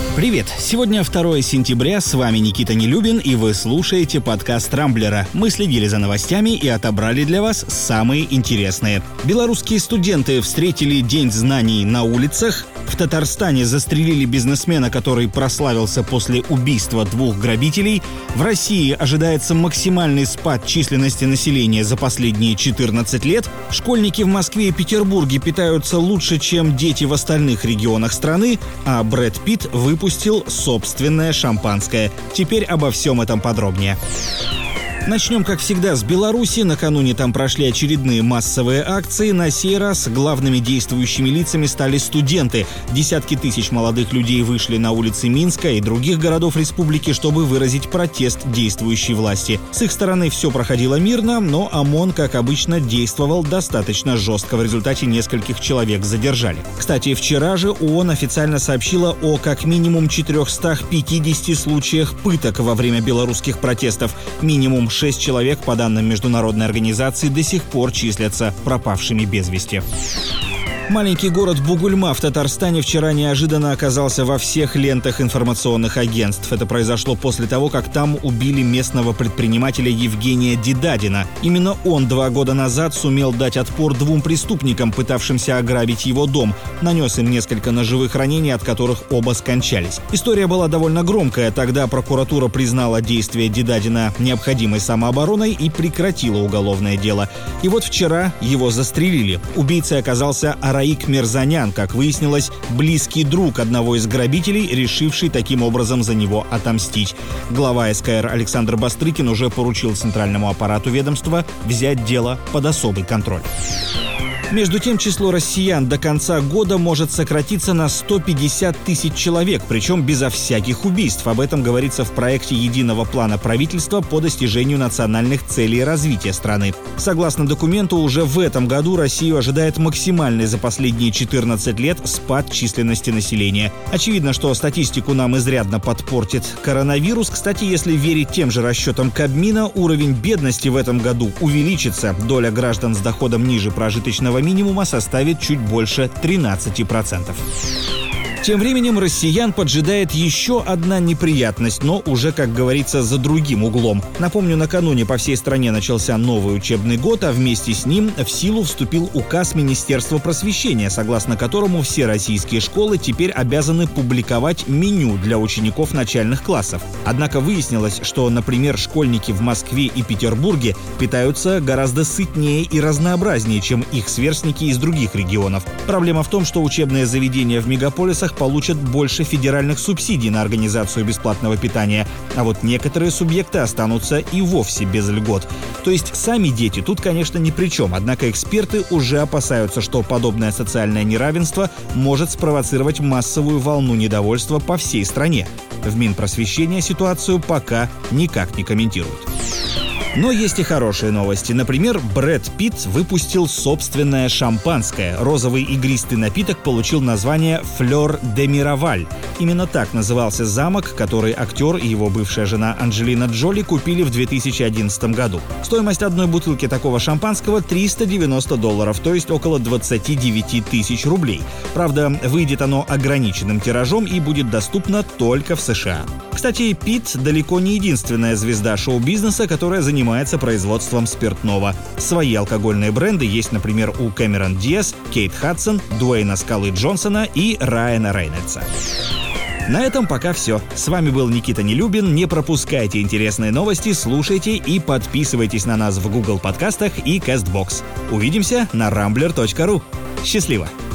Привет! Сегодня 2 сентября, с вами Никита Нелюбин, и вы слушаете подкаст «Рамблера». Мы следили за новостями и отобрали для вас самые интересные. Белорусские студенты встретили День знаний на улицах. В Татарстане застрелили бизнесмена, который прославился после убийства 2 грабителей. В России ожидается максимальный спад численности населения за последние 14 лет. Школьники в Москве и Петербурге питаются лучше, чем дети в остальных регионах страны. А Брэд Питт выпустил собственное шампанское. Теперь обо всем этом подробнее. Начнем, как всегда, с Беларуси. Накануне там прошли очередные массовые акции. На сей раз главными действующими лицами стали студенты. Десятки тысяч молодых людей вышли на улицы Минска и других городов республики, чтобы выразить протест действующей власти. С их стороны все проходило мирно, но ОМОН, как обычно, действовал достаточно жестко. В результате нескольких человек задержали. Кстати, вчера же ООН официально сообщила о как минимум 450 случаях пыток во время белорусских протестов. Минимум 6 человек, по данным международной организации, до сих пор числятся пропавшими без вести. Маленький город Бугульма в Татарстане вчера неожиданно оказался во всех лентах информационных агентств. Это произошло после того, как там убили местного предпринимателя Евгения Дедадина. Именно он 2 года назад сумел дать отпор 2 преступникам, пытавшимся ограбить его дом. Нанес им несколько ножевых ранений, от которых оба скончались. История была довольно громкая. Тогда прокуратура признала действия Дедадина необходимой самообороной и прекратила уголовное дело. И вот вчера его застрелили. Убийцей оказался Араик Мирзанян, как выяснилось, близкий друг одного из грабителей, решивший таким образом за него отомстить. Глава СКР Александр Бастрыкин уже поручил центральному аппарату ведомства взять дело под особый контроль. Между тем, число россиян до конца года может сократиться на 150 тысяч человек, причем безо всяких убийств. Об этом говорится в проекте единого плана правительства по достижению национальных целей развития страны. Согласно документу, уже в этом году Россию ожидает максимальный за последние 14 лет спад численности населения. Очевидно, что статистику нам изрядно подпортит коронавирус. Кстати, если верить тем же расчетам Кабмина, уровень бедности в этом году увеличится. Доля граждан с доходом ниже прожиточного минимума составит чуть больше 13%. Тем временем россиян поджидает еще одна неприятность, но уже, как говорится, за другим углом. Напомню, накануне по всей стране начался новый учебный год, а вместе с ним в силу вступил указ Министерства просвещения, согласно которому все российские школы теперь обязаны публиковать меню для учеников начальных классов. Однако выяснилось, что, например, школьники в Москве и Петербурге питаются гораздо сытнее и разнообразнее, чем их сверстники из других регионов. Проблема в том, что учебные заведения в мегаполисах получат больше федеральных субсидий на организацию бесплатного питания, а вот некоторые субъекты останутся и вовсе без льгот. То есть сами дети тут, конечно, ни при чем, однако эксперты уже опасаются, что подобное социальное неравенство может спровоцировать массовую волну недовольства по всей стране. В Минпросвещения ситуацию пока никак не комментируют. Но есть и хорошие новости. Например, Брэд Питт выпустил собственное шампанское. Розовый игристый напиток получил название «Флёр де Мироваль». Именно так назывался замок, который актер и его бывшая жена Анджелина Джоли купили в 2011 году. Стоимость одной бутылки такого шампанского $390, то есть около 29 тысяч рублей. Правда, выйдет оно ограниченным тиражом и будет доступно только в США. Кстати, Питт далеко не единственная звезда шоу-бизнеса, которая занимается производством спиртного. Свои алкогольные бренды есть, например, у Кэмерон Диаз, Кейт Хадсон, Дуэйна Скалы Джонсона и Райана Рейнольдса. На этом пока все. С вами был Никита Нелюбин. Не пропускайте интересные новости, слушайте и подписывайтесь на нас в Google подкастах и CastBox. Увидимся на rambler.ru. Счастливо!